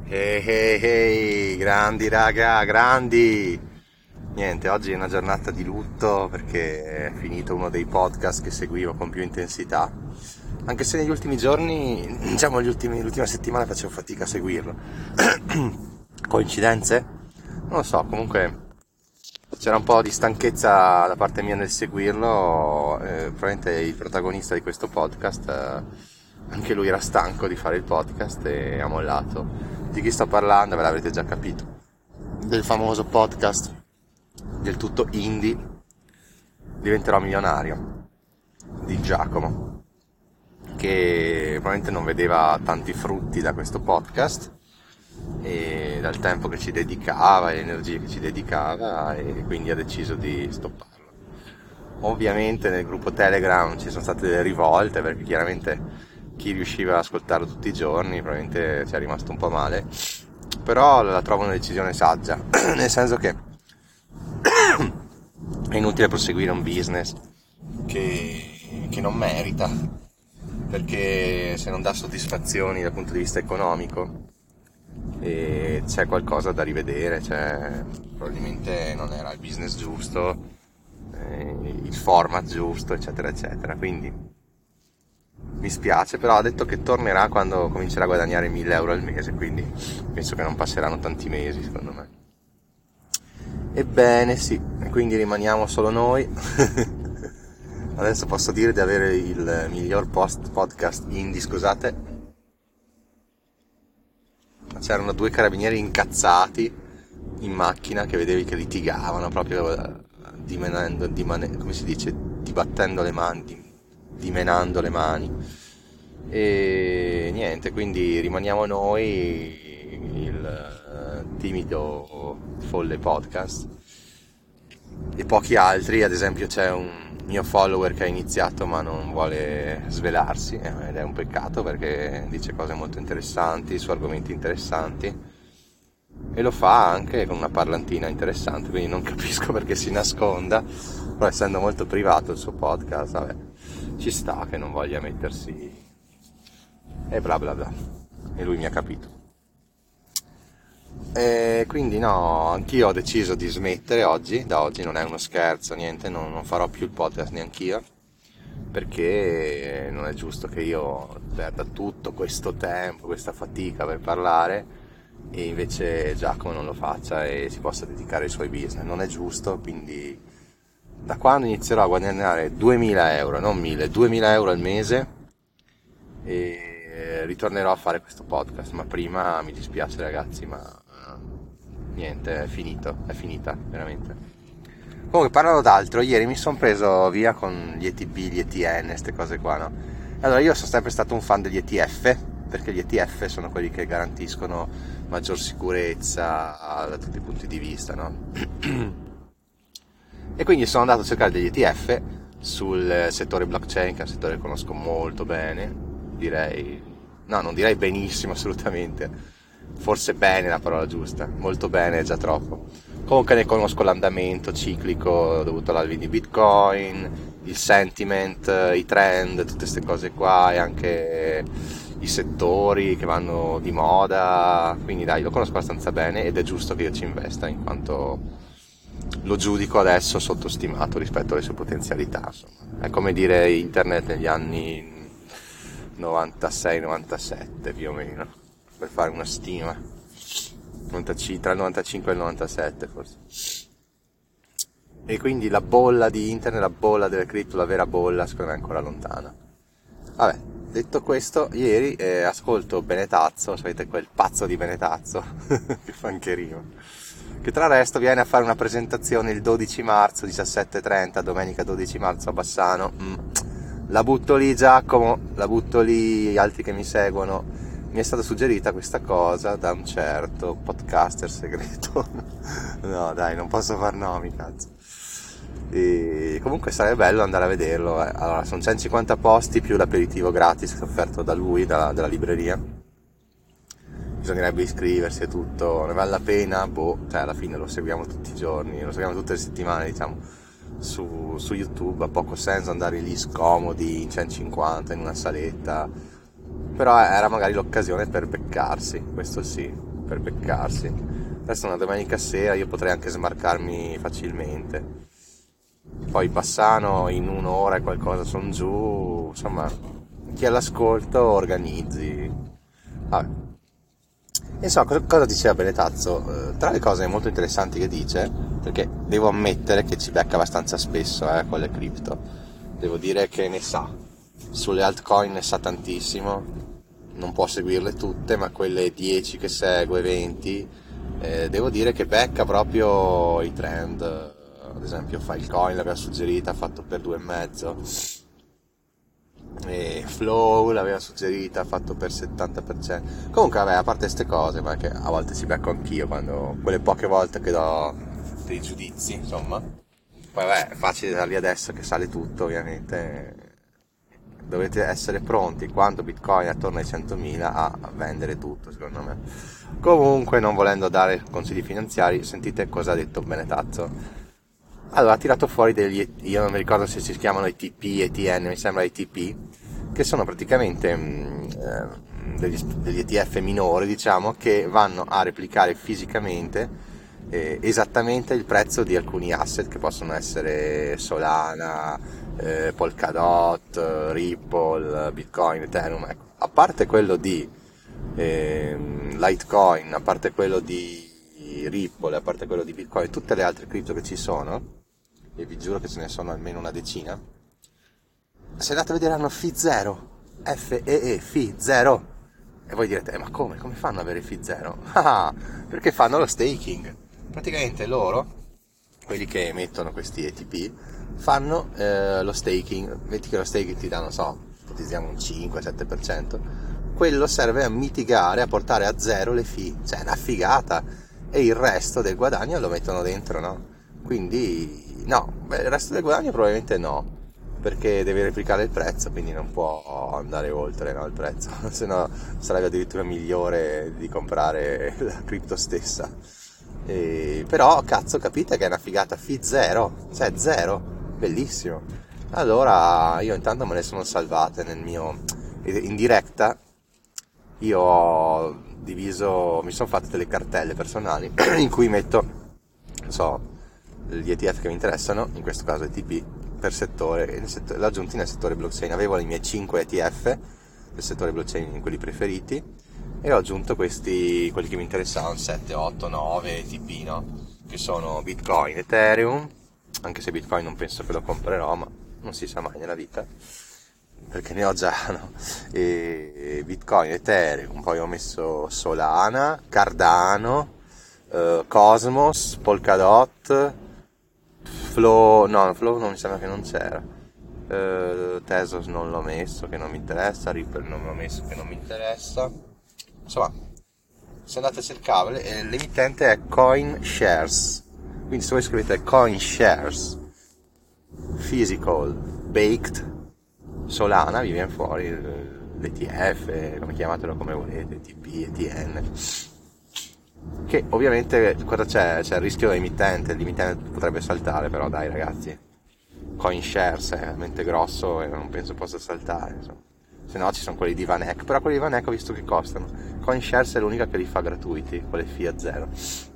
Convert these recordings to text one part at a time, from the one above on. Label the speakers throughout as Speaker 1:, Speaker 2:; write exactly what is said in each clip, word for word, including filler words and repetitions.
Speaker 1: Ehi, ehi, ehi, grandi raga, grandi! Niente, oggi è una giornata di lutto perché è finito uno dei podcast che seguivo con più intensità. Anche se negli ultimi giorni, diciamo gli ultimi, l'ultima settimana facevo fatica a seguirlo. Coincidenze? Non lo so, comunque c'era un po' di stanchezza da parte mia nel seguirlo, eh, probabilmente il protagonista di questo podcast, eh, anche lui era stanco di fare il podcast e ha mollato. Di chi sto parlando ve l'avrete già capito, del famoso podcast del tutto indie Diventerò milionario di Giacomo, che probabilmente non vedeva tanti frutti da questo podcast e dal tempo che ci dedicava e le energie che ci dedicava, e quindi ha deciso di stopparlo. Ovviamente nel gruppo Telegram ci sono state delle rivolte perché chiaramente chi riusciva ad ascoltarlo tutti i giorni probabilmente ci è rimasto un po' male, però la trovo una decisione saggia, nel senso che è inutile proseguire un business che, che non merita, perché se non dà soddisfazioni dal punto di vista economico e c'è qualcosa da rivedere, cioè probabilmente non era il business giusto, eh, il format giusto, eccetera eccetera. Quindi mi spiace, però ha detto che tornerà quando comincerà a guadagnare mille euro al mese, quindi penso che non passeranno tanti mesi, secondo me. Ebbene sì, quindi rimaniamo solo noi. Adesso posso dire di avere il miglior post podcast indie, scusate. C'erano due carabinieri incazzati in macchina che vedevi che litigavano proprio, dimenando, dimane, come si dice, dibattendo le mani, dimenando le mani. E niente, quindi rimaniamo noi, il uh, timido folle podcast, e pochi altri. Ad esempio c'è un mio follower che ha iniziato ma non vuole svelarsi, ed è un peccato perché dice cose molto interessanti su argomenti interessanti e lo fa anche con una parlantina interessante, quindi non capisco perché si nasconda, però essendo molto privato il suo podcast, vabbè, ci sta che non voglia mettersi e bla bla bla, e lui mi ha capito. E quindi no, anch'io ho deciso di smettere oggi, da oggi non è uno scherzo, niente, non, non farò più il podcast neanch'io, perché non è giusto che io perda tutto questo tempo, questa fatica per parlare e invece Giacomo non lo faccia e si possa dedicare ai suoi business. Non è giusto, quindi da quando inizierò a guadagnare duemila euro, non mille, duemila euro al mese, e ritornerò a fare questo podcast, ma prima mi dispiace ragazzi, ma niente, è finito, è finita, veramente. Comunque, parlando d'altro, ieri mi sono preso via con gli E T B, gli E T N, queste cose qua, no? Allora, io sono sempre stato un fan degli E T F, perché gli E T F sono quelli che garantiscono maggior sicurezza da tutti i punti di vista, no? E quindi sono andato a cercare degli E T F sul settore blockchain, che è un settore che conosco molto bene, direi, no, non direi benissimo assolutamente, forse bene è la parola giusta, molto bene è già troppo. Comunque ne conosco l'andamento ciclico dovuto all'halving di Bitcoin, il sentiment, i trend, tutte queste cose qua, e anche i settori che vanno di moda, quindi dai, lo conosco abbastanza bene ed è giusto che io ci investa, in quanto lo giudico adesso sottostimato rispetto alle sue potenzialità, insomma. È come dire internet negli anni novantasei novantasette più o meno, per fare una stima, tra il novantacinque e il novantasette forse. E quindi la bolla di internet, la bolla delle cripto, la vera bolla, secondo me è ancora lontana. Vabbè, detto questo, ieri eh, ascolto Benetazzo, sapete quel pazzo di Benetazzo, che fa anche rima, che tra l'altro viene a fare una presentazione il dodici marzo, diciassette e trenta, domenica dodici marzo a Bassano. Mm. La butto lì, Giacomo, la butto lì, altri che mi seguono. Mi è stata suggerita questa cosa da un certo podcaster segreto. No dai, non posso far nomi, cazzo. E comunque sarebbe bello andare a vederlo, eh. Allora, sono centocinquanta posti più l'aperitivo gratis offerto da lui, dalla, dalla libreria. Bisognerebbe iscriversi e tutto, ne vale la pena? Boh, cioè alla fine lo seguiamo tutti i giorni, lo seguiamo tutte le settimane, diciamo, su, su YouTube. Ha poco senso andare lì scomodi in centocinquanta in una saletta, però era magari l'occasione per beccarsi, questo sì. per beccarsi. Adesso è una domenica sera, io potrei anche smarcarmi facilmente. Poi Bassano in un'ora e qualcosa sono giù, insomma, chi è all'ascolto organizzi. Vabbè. E so, cosa, cosa diceva Benetazzo? Eh, tra le cose molto interessanti che dice, perché devo ammettere che ci becca abbastanza spesso eh, con le cripto, devo dire che ne sa, sulle altcoin ne sa tantissimo, non può seguirle tutte, ma quelle dieci che segue, venti, eh, devo dire che becca proprio i trend. Ad esempio Filecoin l'aveva suggerita, ha fatto per due e mezzo, e Flow l'aveva suggerita, ha fatto per settanta per cento. Comunque vabbè, a parte queste cose, ma che a volte ci becco anch'io, quando quelle poche volte che do dei giudizi, insomma. Poi vabbè, è facile darli adesso che sale tutto, ovviamente. Dovete essere pronti quando Bitcoin è attorno ai centomila a vendere tutto, secondo me. Comunque, non volendo dare consigli finanziari, sentite cosa ha detto Benetazzo. Allora, ha tirato fuori degli, io non mi ricordo se si chiamano E T P, E T N, mi sembra E T P, che sono praticamente mh, eh, degli, degli E T F minori, diciamo, che vanno a replicare fisicamente eh, esattamente il prezzo di alcuni asset che possono essere Solana, eh, Polkadot, Ripple, Bitcoin, Ethereum. Ecco. A parte quello di eh, Litecoin, a parte quello di Ripple, a parte quello di Bitcoin, tutte le altre cripto che ci sono, e vi giuro che ce ne sono almeno una decina, se andate a vedere hanno F I zero, F E E, F I zero, e voi direte, eh, ma come? Come fanno ad avere F I zero? Ah, perché fanno lo staking. Praticamente loro, quelli che emettono questi E T P, fanno eh, lo staking. Vedi che lo staking ti dà, non so, ipotizziamo un cinque sette per cento, quello serve a mitigare, a portare a zero le fee, cioè è una figata, e il resto del guadagno lo mettono dentro, no? Quindi no, beh, il resto del guadagno probabilmente no, perché deve replicare il prezzo, quindi non può andare oltre, no, il prezzo, se no sarebbe addirittura migliore di comprare la cripto stessa. E, però cazzo, capite che è una figata, F I zero, cioè zero, bellissimo. Allora io intanto me le sono salvate nel mio, in diretta io ho diviso, mi sono fatte delle cartelle personali in cui metto, non so, gli E T F che mi interessano, in questo caso E T P, per settore, l'ho aggiunti nel settore blockchain. Avevo i miei cinque E T F del settore blockchain, quelli preferiti, e ho aggiunto questi, quelli che mi interessavano, sette, otto, nove E T P, no? Che sono Bitcoin, Ethereum, anche se Bitcoin non penso che lo comprerò, ma non si sa mai nella vita, perché ne ho già, no? E Bitcoin, Ethereum, poi ho messo Solana, Cardano, eh, Cosmos, Polkadot, Flow, no, Flow non mi sembra che non c'era, eh, Tesos non l'ho messo, che non mi interessa, Ripple non l'ho messo, che non mi interessa. Insomma, se andate a cercare, eh, l'emittente è Coinshares, quindi se voi scrivete Coinshares Physical Baked Solana vi viene fuori l'E T F, come chiamatelo come volete, E T P, E T N, che ovviamente cosa c'è? C'è il rischio dell'emittente, l'emittente potrebbe saltare, però dai ragazzi, Coinshares è veramente grosso e non penso possa saltare, insomma. Se no ci sono quelli di Vanek, però quelli di Vanek ho visto che costano. Coinshares è l'unica che li fa gratuiti, con le fee a zero.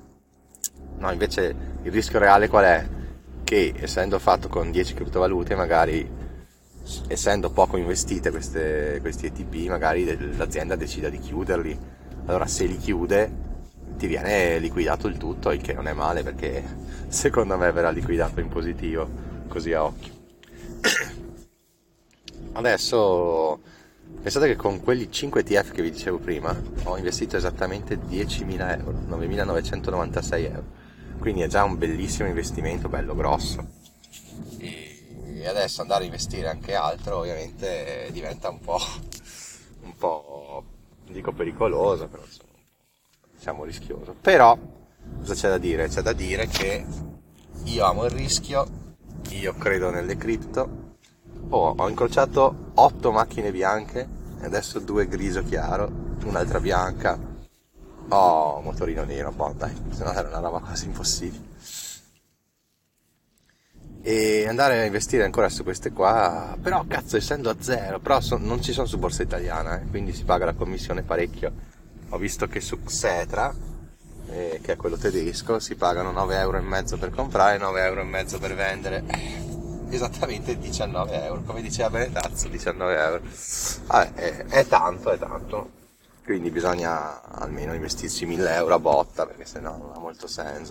Speaker 1: No, invece il rischio reale qual è? Che essendo fatto con dieci criptovalute, magari essendo poco investite queste, questi E T P, magari l'azienda decida di chiuderli. Allora se li chiude ti viene liquidato il tutto, il che non è male, perché secondo me verrà liquidato in positivo, così a occhio. Adesso pensate che con quelli cinque E T F che vi dicevo prima ho investito esattamente diecimila euro, novemilanovecentonovantasei euro, quindi è già un bellissimo investimento, bello grosso. E adesso andare a investire anche altro ovviamente diventa un po', un po', non dico pericoloso, però insomma, diciamo rischioso. Però cosa c'è da dire? C'è da dire che io amo il rischio, io credo nelle cripto. Oh, ho incrociato otto macchine bianche e adesso due grigio chiaro, un'altra bianca. Oh, motorino nero, boh, dai, se no era una roba quasi impossibile. E andare a investire ancora su queste qua, però cazzo, essendo a zero, però so, non ci sono su borsa italiana, eh, quindi si paga la commissione parecchio, ho visto che su Xetra, eh, che è quello tedesco, si pagano nove euro e mezzo per comprare e nove euro e mezzo per vendere, esattamente diciannove euro, come diceva Benetazzo, diciannove euro. Vabbè, è, è tanto, è tanto, quindi bisogna almeno investirci mille euro a botta, perché sennò non ha molto senso.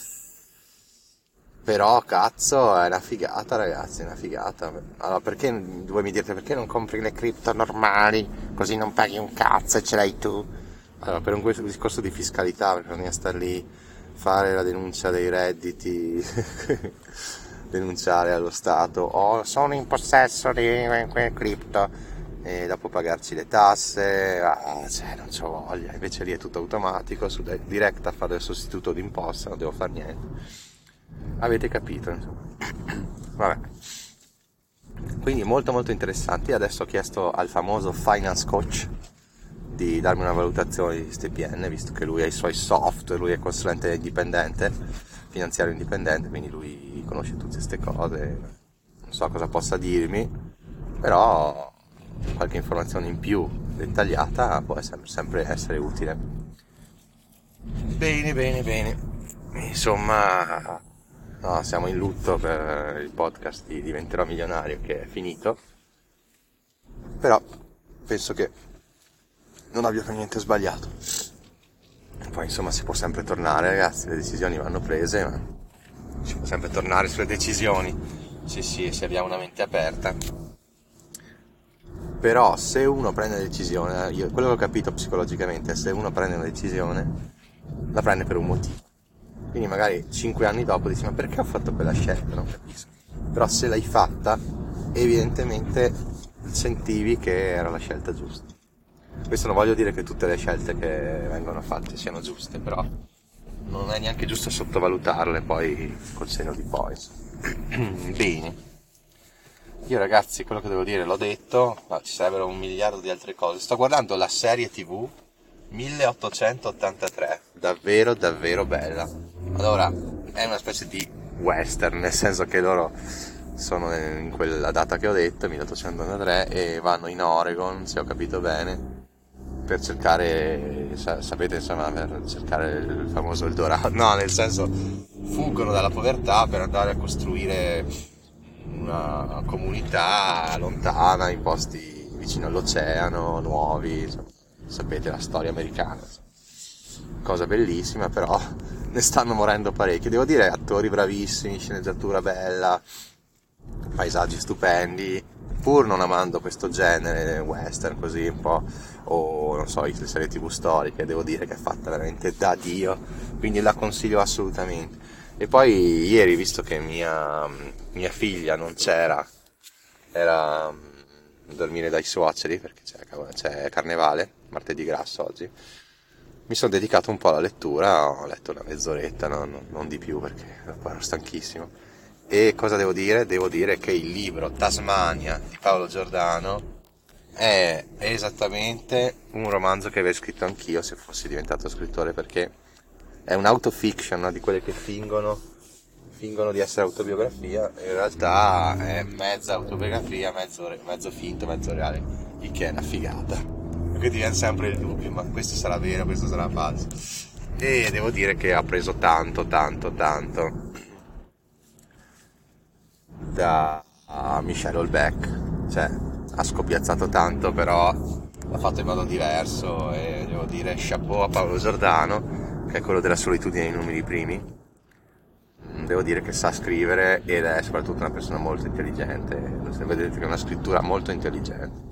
Speaker 1: Però cazzo, è una figata, ragazzi, è una figata. Allora, perché voi mi direte perché non compri le cripto normali, così non paghi un cazzo e ce l'hai tu? Allora, per un discorso di fiscalità, perché bisogna star lì, fare la denuncia dei redditi, denunciare allo Stato, oh, sono in possesso di quel cripto, e dopo pagarci le tasse, ah, cioè non c'ho voglia, invece lì è tutto automatico, su diretta a fare il sostituto d'imposta, non devo fare niente. Avete capito, insomma. Vabbè. Quindi molto molto interessanti. Adesso ho chiesto al famoso finance coach di darmi una valutazione di queste P N, visto che lui ha i suoi soft, lui è consulente indipendente, finanziario indipendente, quindi lui conosce tutte queste cose, non so cosa possa dirmi, però qualche informazione in più dettagliata può sempre essere utile. Bene, bene, bene. Insomma, no, siamo in lutto per il podcast di Diventerò Milionario, che è finito, però penso che non abbia per niente sbagliato. Poi insomma si può sempre tornare, ragazzi, le decisioni vanno prese, ma si può sempre tornare sulle decisioni, sì sì, se abbiamo una mente aperta. Però se uno prende una decisione, io, quello che ho capito psicologicamente è se uno prende una decisione, la prende per un motivo. Quindi magari cinque anni dopo dici, ma perché ho fatto quella scelta? Non capisco. Però se l'hai fatta, evidentemente sentivi che era la scelta giusta. Questo non voglio dire che tutte le scelte che vengono fatte siano giuste, però non è neanche giusto sottovalutarle poi col senno di poi. Bene. Io ragazzi, quello che devo dire l'ho detto, ma ci sarebbero un miliardo di altre cose. Sto guardando la serie tivù milleottocentottantatré, davvero davvero bella. Allora, è una specie di western, nel senso che loro sono in quella data che ho detto, milleottocentottantatré, e vanno in Oregon, se ho capito bene, per cercare, sapete insomma, per cercare il famoso Eldorado, no, nel senso, fuggono dalla povertà per andare a costruire una comunità lontana, in posti vicino all'oceano, nuovi, insomma, sapete la storia americana, cosa bellissima, però ne stanno morendo parecchi. Devo dire, attori bravissimi, sceneggiatura bella, paesaggi stupendi, pur non amando questo genere western così un po', o non so, le serie tv storiche, devo dire che è fatta veramente da Dio, quindi la consiglio assolutamente. E poi ieri, visto che mia, mia figlia non c'era, era a dormire dai suoceri, perché c'è, c'è carnevale, martedì grasso oggi, mi sono dedicato un po' alla lettura, ho letto una mezz'oretta, no, no, non di più perché poi ero stanchissimo. E cosa devo dire? Devo dire che il libro Tasmania di Paolo Giordano è esattamente un romanzo che avrei scritto anch'io se fossi diventato scrittore, perché è un'autofiction, no? Di quelle che fingono, fingono di essere autobiografia, in realtà è mezza autobiografia, mezzo, mezzo finto, mezzo reale, il che è una figata, perché diventa sempre il dubbio, ma questo sarà vero, questo sarà falso. E devo dire che ha preso tanto, tanto, tanto da Michel Houellebecq, cioè ha scopiazzato tanto, però l'ha fatto in modo diverso, e devo dire chapeau a Paolo Giordano, che è quello della solitudine nei numeri primi. Devo dire che sa scrivere ed è soprattutto una persona molto intelligente, vedete che è una scrittura molto intelligente.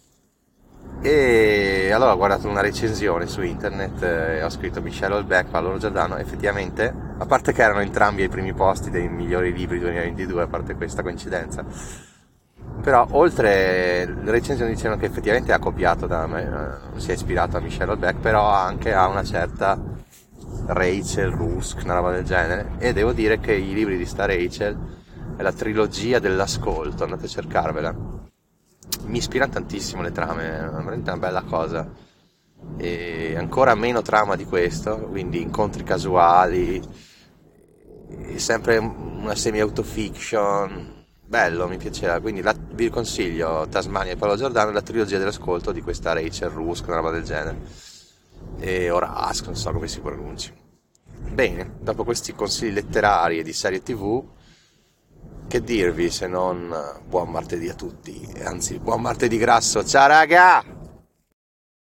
Speaker 1: E allora ho guardato una recensione su internet e ho scritto Michel Houellebecq, Paolo Giordano, effettivamente, a parte che erano entrambi ai primi posti dei migliori libri duemilaventidue, a parte questa coincidenza, però oltre le recensioni dicevano che effettivamente ha copiato da me, si è ispirato a Michel Houellebecq, però anche a una certa Rachel Rusk, una roba del genere, e devo dire che i libri di sta Rachel è la trilogia dell'ascolto, andate a cercarvela. Mi ispirano tantissimo le trame, è veramente una bella cosa, e ancora meno trama di questo, quindi incontri casuali, sempre una semi-autofiction, bello, mi piaceva, quindi la, vi consiglio Tasmania e Paolo Giordano, la trilogia dell'ascolto di questa Rachel Rusk, una roba del genere. e Orask, non so come si pronunci. Bene, dopo questi consigli letterari e di serie tivù, che dirvi se non buon martedì a tutti, anzi buon martedì grasso, ciao raga!